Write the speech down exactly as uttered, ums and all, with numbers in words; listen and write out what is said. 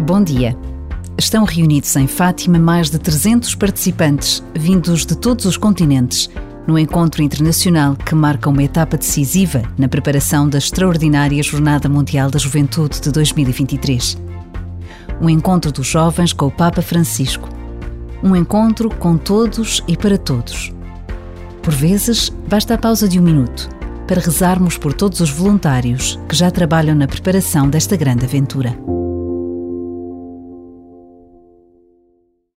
Bom dia. Estão reunidos em Fátima mais de trezentos participantes, vindos de todos os continentes, no encontro internacional que marca uma etapa decisiva na preparação da extraordinária Jornada Mundial da Juventude de dois mil e vinte e três. Um encontro dos jovens com o Papa Francisco. Um encontro com todos e para todos. Por vezes, basta a pausa de um minuto para rezarmos por todos os voluntários que já trabalham na preparação desta grande aventura.